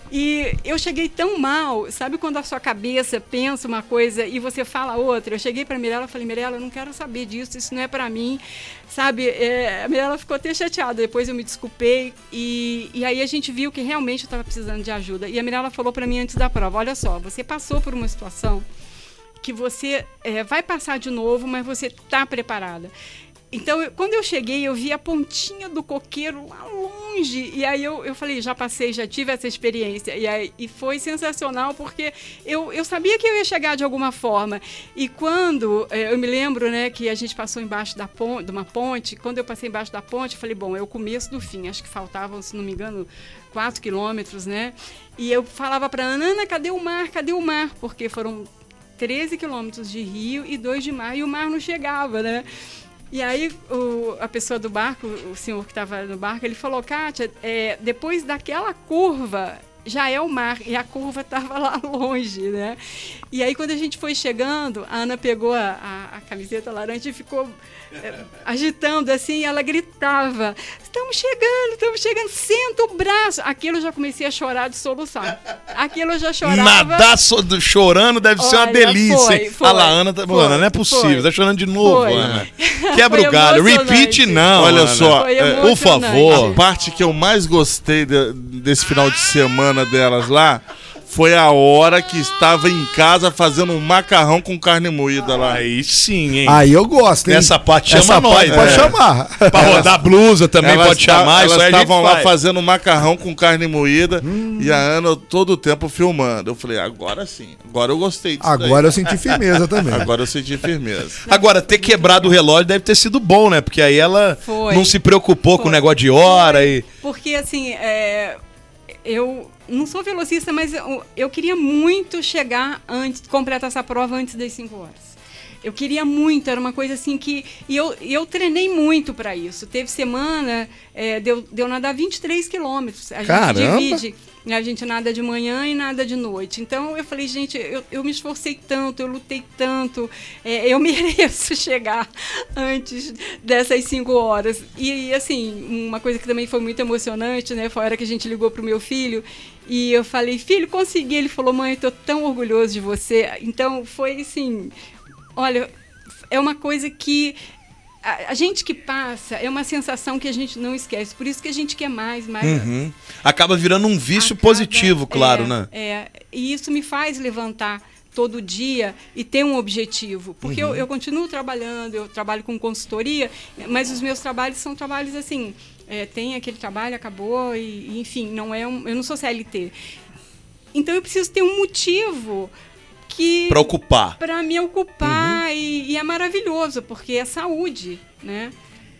E eu cheguei tão mal, sabe quando a sua cabeça pensa uma coisa e você fala outra? Eu cheguei para a Mirella e falei, Mirella, eu não quero saber disso, isso não é para mim, sabe? É, a Mirella ficou até chateada, depois eu me desculpei e, e aí a gente viu que realmente eu estava precisando de ajuda. E a Mirella falou para mim antes da prova, olha só, você passou por uma situação que você é, vai passar de novo, mas você está preparada. Então, eu, quando eu cheguei, eu vi a pontinha do coqueiro lá longe. E aí eu, eu falei, já passei, já tive essa experiência. E, aí, e foi sensacional, porque eu, eu sabia que eu ia chegar de alguma forma. E quando, eh, eu me lembro, né, que a gente passou embaixo da ponte, de uma ponte. Quando eu passei embaixo da ponte, eu falei, bom, é o começo do fim. Acho que faltavam, se não me engano, quatro quilômetros, né? E eu falava para a Ana, Ana, cadê o mar? Cadê o mar? Porque foram treze quilômetros de rio e dois de mar. E o mar não chegava, né? E aí o, a pessoa do barco, o senhor que estava no barco, ele falou, Kátia, é, depois daquela curva já é o mar, e a curva estava lá longe, né? E aí quando a gente foi chegando, a Ana pegou a, a, a camiseta laranja e ficou é, agitando assim, e ela gritava, estamos chegando, estamos chegando, senta o braço. Aquilo eu já comecei a chorar de solução. Aquilo eu já chorava. Nadar so, chorando deve Olha, ser uma delícia. foi, foi, Olha lá, Ana, tá, foi, Ana, não é possível, foi, tá chorando de novo, foi. Ana. Quebra o galho, repeat não. Olha Ana. só, é, por favor. A parte que eu mais gostei de, desse final de semana delas lá foi a hora que estava em casa fazendo um macarrão com carne moída lá. Aí sim, hein? Aí eu gosto, hein? Nessa parte chama Essa nós. parte pode É. chamar. Pra rodar blusa também Elas pode ta- chamar. Isso Elas aí a gente estavam lá faz. fazendo macarrão com carne moída e a Ana todo o tempo filmando. Eu falei, agora sim, agora eu gostei disso Agora daí. eu senti firmeza também. Agora eu senti firmeza. Agora, ter quebrado o relógio deve ter sido bom, né? Porque aí ela Foi. não se preocupou com o Foi. negócio de hora e... Porque, assim, é, eu não sou velocista, mas eu, eu queria muito chegar antes, completar essa prova antes das cinco horas. Eu queria muito, era uma coisa assim que... E eu, eu treinei muito para isso. Teve semana, é, deu, deu nadar vinte e três quilômetros. A gente Caramba! divide, né, a gente nada de manhã e nada de noite. Então eu falei, gente, eu, eu me esforcei tanto, eu lutei tanto, é, eu mereço chegar antes dessas cinco horas. E, assim, uma coisa que também foi muito emocionante, né? Foi a hora que a gente ligou pro meu filho e eu falei, filho, consegui. Ele falou, mãe, eu tô tão orgulhoso de você. Então foi assim... Olha, é uma coisa que a, a gente que passa, é uma sensação que a gente não esquece. Por isso que a gente quer mais, mais. Uhum. Acaba virando um vício Acaba- positivo, claro, é, né? É, e isso me faz levantar todo dia e ter um objetivo. Porque Uhum. eu, eu continuo trabalhando, eu trabalho com consultoria, mas os meus trabalhos são trabalhos assim, é, tem aquele trabalho, acabou, e, e, enfim, não é um, eu não sou C L T. Então eu preciso ter um motivo que Pra ocupar. para me ocupar e, e é maravilhoso, porque é saúde, né?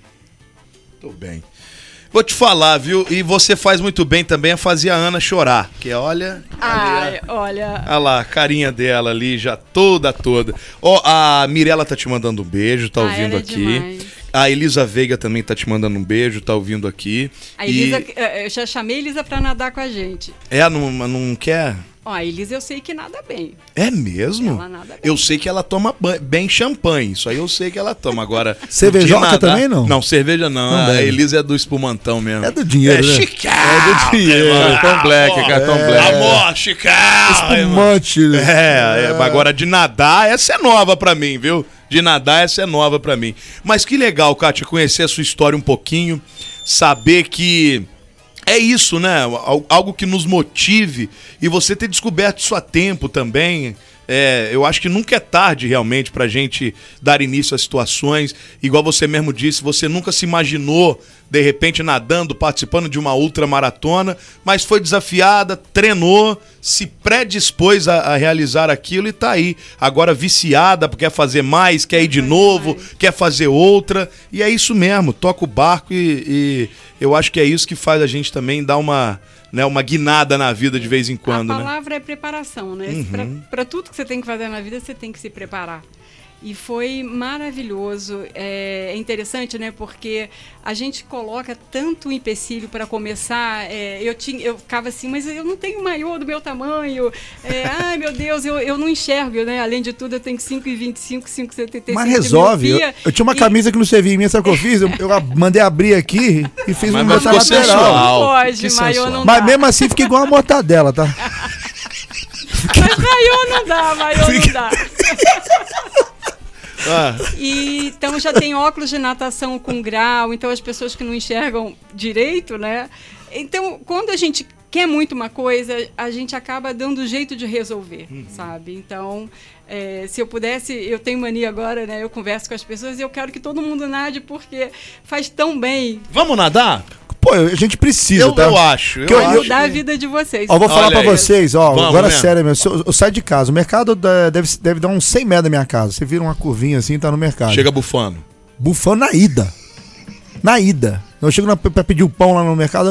Tô bem. Vou te falar, viu? E você faz muito bem também a fazer a Ana chorar. Que olha... Ai, olha... Olha lá, a carinha dela ali, já toda, toda. Ó, a Mirella tá te mandando um beijo, tá Ah, ouvindo ela é aqui. demais. A Elisa Veiga também tá te mandando um beijo, tá ouvindo aqui. A E- Elisa, eh, eu já chamei a Elisa para nadar com a gente. É, não, não quer... Ó, a Elisa eu sei que nada bem. É mesmo? Ela nada bem. Eu sei que ela toma ba- bem champanhe. Isso aí eu sei que ela toma. Agora. Cervejoca de nadar- também, não? Não, cerveja não. Não a deve. Elisa é do espumantão mesmo. É do dinheiro, É né? Chical. É do dinheiro. Cartão black, cartão black. Amor, Chical. Espumante, né? É, é, agora de nadar, essa é nova pra mim, viu? De nadar, essa é nova pra mim. Mas que legal, Kátia, conhecer a sua história um pouquinho, saber que é isso, né? Al- Algo que nos motive e você ter descoberto isso a tempo também. É, eu acho que nunca é tarde realmente pra gente dar início a situações. Igual você mesmo disse, você nunca se imaginou, de repente, nadando, participando de uma ultramaratona, mas foi desafiada, treinou, se predispôs a, a realizar aquilo e tá aí. Agora viciada, quer fazer mais, quer ir de novo, quer fazer outra. E é isso mesmo, toca o barco e, e eu acho que é isso que faz a gente também dar uma... Né, uma guinada na vida de vez em quando, a né? palavra é preparação, né? Uhum. Para tudo que você tem que fazer na vida, você tem que se preparar. E foi maravilhoso. É, é interessante, né? Porque a gente coloca tanto empecilho para começar. É, eu, tinha, eu ficava assim, mas eu não tenho maiô do meu tamanho. É, ai, meu Deus, eu, eu não enxergo, né? Além de tudo, eu tenho cinco e vinte e cinco, cinco e setenta e cinco Mas resolve. de Eu, miopia. eu tinha uma E- camisa que não servia em mim, sabe o que eu fiz? Eu, eu a- mandei abrir aqui e fiz Mas um vai botar ficou lateral. sensual. Não pode, Que maiô sensual. não Mas dá. mesmo assim fica igual uma mortadela, tá? Mas maiô não dá, maiô não dá. Ah, E, então já tem óculos de natação com grau, então as pessoas que não enxergam direito, né? Então, quando a gente quer muito uma coisa, a gente acaba dando jeito de resolver, sabe? Então, é, se eu pudesse, eu tenho mania agora, né? Eu converso com as pessoas e eu quero que todo mundo nade porque faz tão bem. vamos nadar? Pô, a gente precisa, Eu, tá? eu acho. Eu Que eu- acho. Mudar a vida de vocês. Ó, vou falar Olha pra aí. vocês, ó, Vamos, agora né? sério mesmo, eu, eu saio de casa, o mercado dá- deve, deve dar uns cem metros da minha casa, você vira uma curvinha assim, tá no mercado. Chega bufando. Bufando na ida, na ida, eu chego na, pra pedir o pão lá no mercado,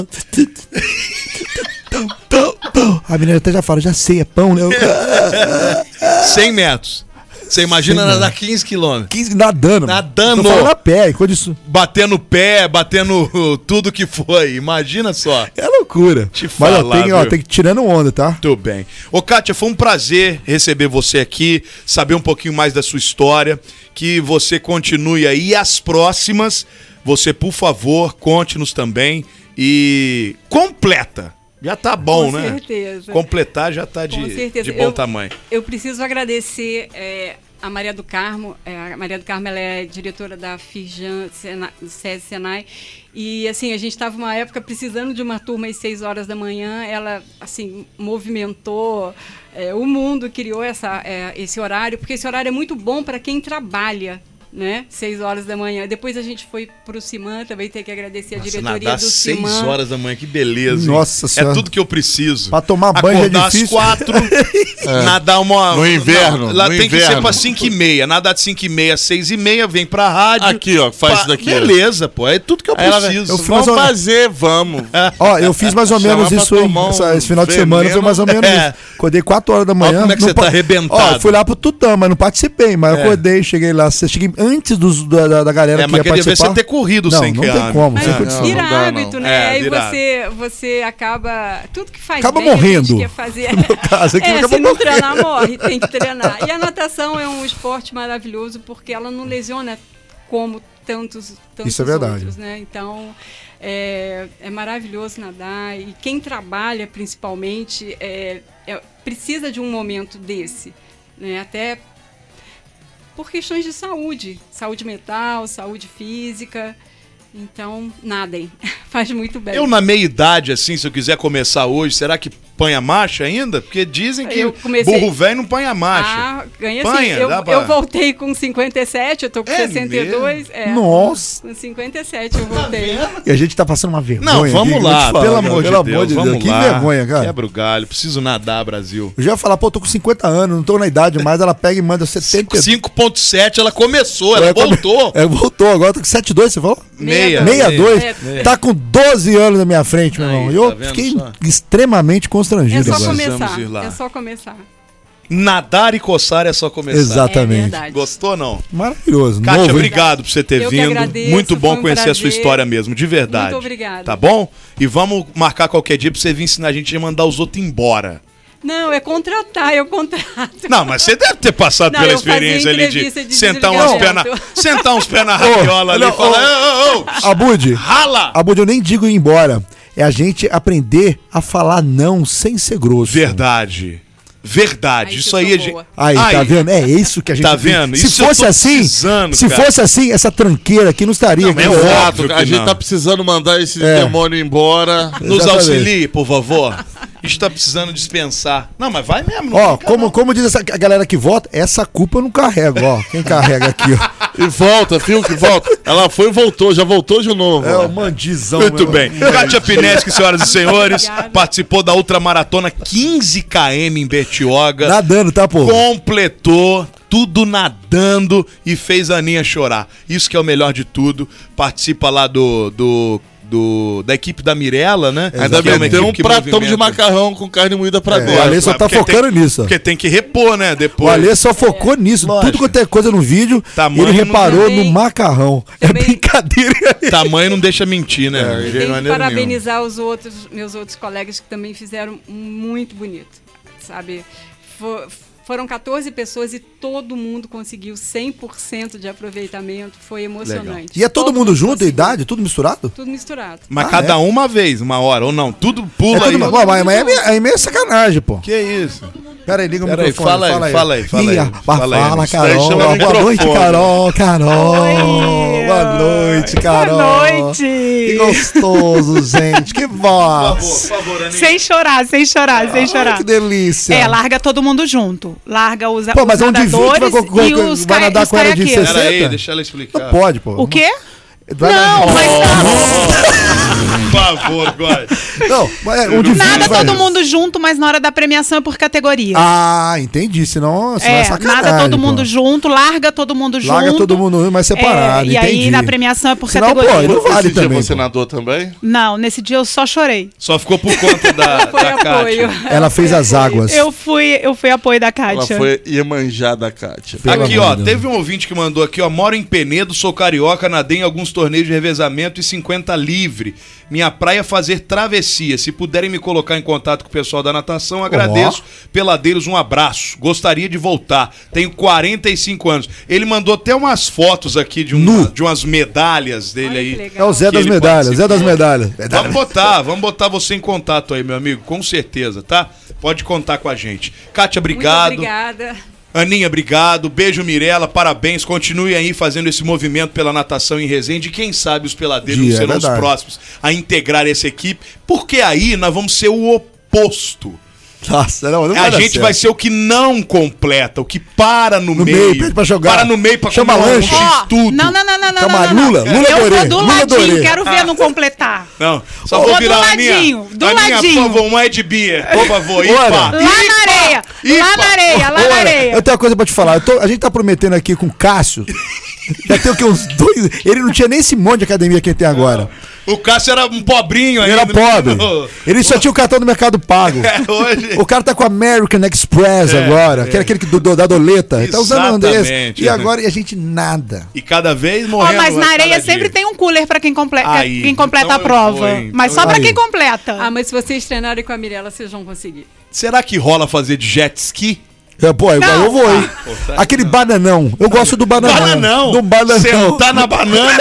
a menina até já fala, já sei, é pão, né? Eu- cem metros. Você imagina cem nadar metros. quinze quilômetros. quinze nadando. Nadando. Tô falando a pé, enquanto isso... Batendo o pé, batendo tudo que foi. Imagina só. É loucura. Te Mas ó, falar, tem, ó, viu? tem que tirando onda, tá? Muito bem. Ô, Kátia, foi um prazer receber você aqui, saber um pouquinho mais da sua história, que você continue aí. E as próximas, você, por favor, conte-nos também e completa. Já tá bom, Com né? certeza. Completar já tá Com de, certeza. de bom Eu- tamanho. Eu preciso agradecer é, a Maria do Carmo, é, a Maria do Carmo ela é diretora da Firjan, Sena, SESI Senai, e assim, a gente estava uma época precisando de uma turma às seis horas da manhã, ela assim, movimentou é, o mundo, criou essa, é, esse horário, porque esse horário é muito bom para quem trabalha, né? Seis horas da manhã. Depois a gente foi pro Ciman, também tem que agradecer a Nossa, diretoria nadar do seis Ciman. horas da manhã, que beleza. Hein? Nossa Senhora. É tudo que eu preciso. Pra tomar banho é Acordar difícil. às quatro, É. nadar uma... No inverno, Não, lá no tem que inverno. ser pra cinco e meia. Nadar de cinco e meia a seis e meia, vem pra rádio. Aqui, ó, faz Pá, isso daqui. Beleza, pô. É tudo que eu Aí ela- preciso. Eu fui Vamos mais ou- fazer, vamos. Ó, eu fiz mais ou Chamar menos pra isso aí. tomar um Essa- esse final de veneno. semana foi mais ou menos É. isso. Acordei quatro horas da manhã. como é que não você tá pa- arrebentado. Ó, fui lá pro Tutã, mas não participei. Mas É. eu acordei, cheguei lá. Cheguei antes dos, da, da, da galera É, que mas ia queria ver participar. você ter corrido não, sem não que tem ame. como. Mas sem É, condição. não, vira não dá, hábito, não. né? É, Aí vira você, você acaba... Tudo que faz Acaba bem, a morrendo. gente quer fazer. No caso aqui, é, acaba se não morrendo. treinar, morre. Tem que treinar. E a natação é um esporte maravilhoso porque ela não lesiona como tantos, tantos Isso é verdade. outros, né? Então, é, é maravilhoso nadar. E quem trabalha, principalmente, é, é, precisa de um momento desse, né? Até por questões de saúde. Saúde mental, saúde física. Então, nadem. Faz muito bem. Eu, na meia idade, assim, se eu quiser começar hoje, será que panha marcha ainda? Porque dizem que Eu comecei- burro velho não panha marcha. Ah, ganha Panha, sim. Eu, dá pra- eu voltei com cinquenta e sete, eu tô com É sessenta e dois. É, Nossa. Com cinquenta e sete eu voltei. E a gente tá passando uma vergonha. Não, vamos aqui, lá, vou te falar, pelo cara. amor de Pelo Deus, amor de Deus. vamos Que lá. vergonha, cara. Quebra o galho, preciso nadar, Brasil. Eu já ia falar, pô, tô com cinquenta anos, não tô na idade mais. Ela pega e manda setenta. cinco ponto sete, ela começou, ela É, come- voltou. É, voltou, agora tá com setenta e dois, você falou? Meia. sessenta e dois. É. Tá com doze anos na minha frente, meu Aí, irmão. E tá eu vendo fiquei só? extremamente É constrangido só agora. Precisamos começar. ir lá. É só começar. Nadar e coçar é só começar. Exatamente. É verdade. Gostou ou não? Maravilhoso. Kátia, novo, hein? obrigado por você ter Eu que vindo. agradeço, Muito bom foi um conhecer a sua prazer. história mesmo, de verdade. Muito obrigada. Tá bom? E vamos marcar qualquer dia pra você vir ensinar a gente a mandar os outros embora. Não, é contratar, eu contrato. Não, mas você deve ter passado Não, pela eu fazia experiência ali de, entrevista de sentar uns pés na, desligamento. sentar uns pés na rabiola ali não, e falar, ô, ô, ô, Abud, rala! Abud, eu nem digo ir embora. É a gente aprender a falar não sem ser grosso. Verdade. Verdade. Aí Isso que eu aí sou a gente... boa. Aí, tá vendo? É isso que a gente Tá tem. vendo? Se Isso eu fosse tô assim, precisando, se cara. fosse assim, essa tranqueira aqui não estaria. Não, aqui é no- óbvio. Exato, que a gente não. tá precisando mandar esse É. demônio embora. Nos Exatamente. auxilie, por favor. A gente tá precisando dispensar. Não, mas vai mesmo. Não Ó, fica, como, não. como diz essa, a galera que vota, essa culpa eu não carrego, ó. Quem carrega aqui, ó. E volta, viu que volta. Ela foi e voltou, já voltou de novo. É o mandizão. Muito meu bem. irmão. Kátia Pineschi, senhoras e senhores, Obrigada. participou da ultramaratona quinze quilômetros em Bertioga. Nadando, tá, pô? Completou tudo nadando e fez a Aninha chorar. Isso que é o melhor de tudo. Participa lá do, do, do- da equipe da Mirella, né? Ainda Que é uma bem, tem equipe um que pratão de movimenta. macarrão com carne moída pra É, dentro. o Ale só tá Porque focando tem- nisso. ó. Porque tem que repor, né? O Depois. Ale só focou nisso. Lógico. Tudo quanto é coisa no vídeo, Tamanho ele não reparou também- no macarrão. É também- brincadeira. Tamanho não deixa mentir, né? De Tenho que maneira nenhuma. parabenizar os outros, meus outros colegas que também fizeram muito bonito, sabe? Fo- foram quatorze pessoas e todo mundo conseguiu cem por cento de aproveitamento. Foi emocionante. E é todo, mundo junto, a conseguiu. idade, tudo misturado? Tudo misturado. Mas Ah, cada é? uma vez, uma hora, ou não. Tudo É pula tudo, aí. mas, mas, mas é, meio, é meio sacanagem, pô. Que isso? Pera aí, liga o Pera aí, microfone. fala aí, fala aí, fala Ih, aí, ah, fala aí, fala, isso daí Carol. chama Boa microfone. noite, Carol. Carol. Oi. Boa noite, Carol. Boa Que noite. gostoso, gente. Que voz. Sem chorar, sem chorar, sem Ai, chorar. que delícia. É, larga todo mundo junto. Larga os, Pô, mas os é um de vinte, nadadores vai, vai, e vai, os, vai ca- nadar os com ela de caiaqueiros. Pera aí, sessenta? deixa ela explicar. Não pode, pô. O quê? Vai Não, nadar- mas Por favor, God. Não, mas é um de vinte, nada vai. todo mundo junto, mas na hora da premiação é por categoria. Ah, entendi. Senão, senão é, é, sacanagem. nada todo pô. mundo junto, larga todo mundo junto. Larga todo mundo, mas separado. É, e aí entendi. na premiação é por Senão, pô, categoria. não vale Esse dia também. você pô. nadou também? Não, nesse dia eu só chorei. Só ficou por conta da, Foi da apoio. Kátia. Ela fez as águas. Eu fui, eu fui apoio da Ela Kátia. foi Iemanjá da Kátia. Pelo Aqui, amor ó, de Deus. teve um ouvinte que mandou aqui, ó, moro em Penedo, sou carioca, nadei em alguns torneios de revezamento e cinquenta livre. Minha praia é fazer travessia. Se puderem me colocar em contato com o pessoal da natação, agradeço. Peladeiros, um abraço. Gostaria de voltar. Tenho quarenta e cinco anos. Ele mandou até umas fotos aqui de, um, Nu. de umas medalhas dele Olha aí. que É legal. o Zé Que das ele medalhas, participou. Zé das medalhas. Vamos botar, vamos botar você em contato aí, meu amigo, com certeza, tá? Pode contar com a gente. Kátia, Muito obrigado. obrigada. Aninha, obrigado. Beijo, Mirella. Parabéns. Continue aí fazendo esse movimento pela natação em Resende. Quem sabe os peladeiros Dia, serão é os verdade. próximos a integrar essa equipe. Porque aí nós vamos ser o oposto. Nossa, não, não A vai dar gente certo. vai ser o que não completa, o que para no, No meio. meio, pede pra jogar. Para no meio pra Chama comer um lanche. Ó, tudo. não, não, não, não, não, Chama não, não. Lula, Lula Eu Dorê, vou do Lula ladinho, Dorê. quero ver não completar. Não, só Ô, vou do virar a Aninha. ladinho, do Aninha, ladinho. por favor, um Ed Beer, por favor. Olha. Ipa. Lá na areia, lá na areia, lá na Olha, areia. eu tenho uma coisa pra te falar. Eu tô- a gente tá prometendo aqui com o Cássio. Já tem o que? Uns dois. Ele não tinha nem esse monte de academia que ele tem agora. O Cássio era um pobrinho Ele ainda. era pobre. menino. Ele só tinha o cartão do Mercado Pago. É, hoje... O cara tá com a American Express É, agora, é. que era aquele que do, do- da doleta. Ele tá usando um desse. Exatamente. E agora e a gente nada. E cada vez Ó, morrendo. mas na a areia cada sempre dia. tem um cooler pra quem, comple Aí, quem completa então a eu prova. vou, hein? Mas Então só pra aí. quem completa. Ah, mas se vocês treinarem com a Mirella, vocês vão conseguir. Será que rola fazer de jet ski? É, pô, igual Não. eu vou, hein? Aquele bananão. Eu gosto do bananão. Bananão. Do bananão. Sentar na banana.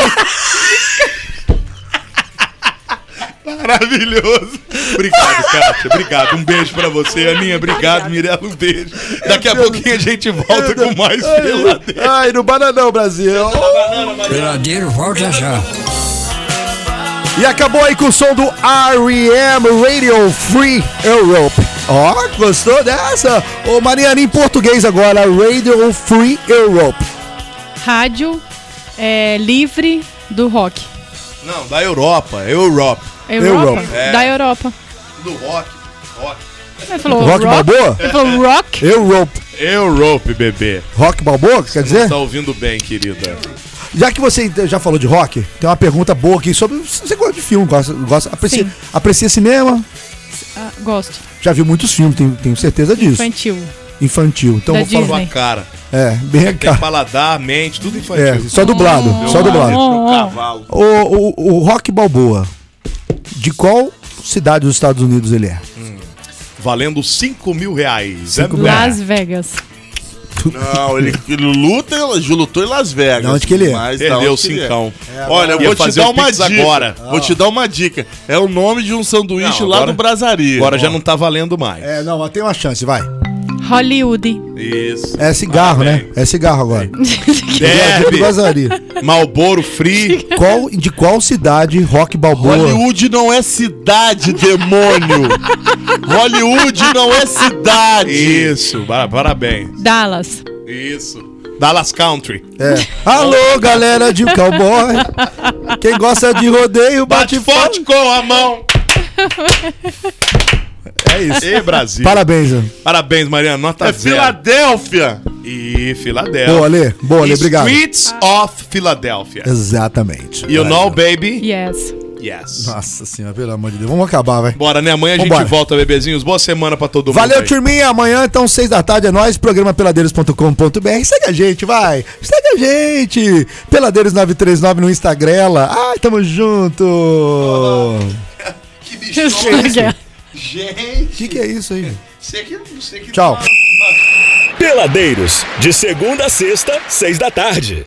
Maravilhoso. Obrigado, Kátia. Obrigado. Um beijo pra você, Aninha. Obrigado, Mirella. Um beijo. Daqui a pouquinho a gente volta com mais peladeiro. Ai, no bananão, Brasil. Peladeiro, volta já. E acabou aí com o som do R E M Radio Free Europe. Ó, gostou dessa? Ô, Mariana, em português agora, Radio Free Europe. Rádio é, livre do rock. Não, da Europa. Europe. Europa? Europa. É. Da Europa. Do rock. Rock. Ele falou Rock Balboa? Ele falou rock? Europe. Europe, bebê. Rock Balboa, quer dizer? Tá ouvindo bem, querida. Já que você já falou de rock, tem uma pergunta boa aqui sobre. Você gosta de filme, gosta, gosta aprecia, Sim. aprecia cinema? Ah, gosto. Já viu muitos filmes, tenho, tenho certeza disso. Infantil. Infantil. Então Da vou falar. Sua Disney. cara. É, bem Tem cá. paladar, mente, tudo infantil. É, só dublado, só dublado. No cavalo. O, o, o Rock Balboa, de qual cidade dos Estados Unidos ele é? Valendo cinco mil reais. Cinco É mil. Las Vegas. Não, ele, ele luta, ele lutou em Las Vegas. De onde que ele é? Mas da Perdeu onde que ele é. cincão. Olha, eu Ia vou te fazer dar o uma Pix dica. agora. Vou te dar uma dica. É o nome de um sanduíche Não, lá agora- do Brasaria. Agora já não tá valendo mais. É, não, mas tem uma chance, vai. Hollywood. Isso. É cigarro, né? Parabéns. É cigarro agora. Derby, Vazaria. Malboro Free. Qual, de qual cidade Rock Balboa? Hollywood não é cidade, demônio. Hollywood não é cidade. Isso, para- parabéns. Dallas. Isso. Dallas Country. É. Alô, galera de cowboy. Quem gosta de rodeio, bate, Bate forte com a mão. É isso. E Brasil. Parabéns, Ana. Parabéns, Mariana. Nota É zero. Filadélfia. E Filadélfia. Boa, Lê. Boa, Lê. Obrigado. Streets of Philadelphia. Exatamente. You know, baby? Yes. Yes. Nossa senhora, pelo amor de Deus. Vamos acabar, vai. Bora, né? Amanhã a gente Vambora. volta, bebezinhos. Boa semana pra todo mundo. Valeu, aí. turminha. Amanhã, então, seis da tarde é nóis. Programa peladeiros ponto com ponto b r. Segue a gente, vai. Segue a gente. Peladeiros nove três nove no Instagram. Ai, tamo junto. Que bicho. Gente. O que, que é isso aí? Sei que, não sei que Tchau. Peladeiros, de segunda a sexta, seis da tarde.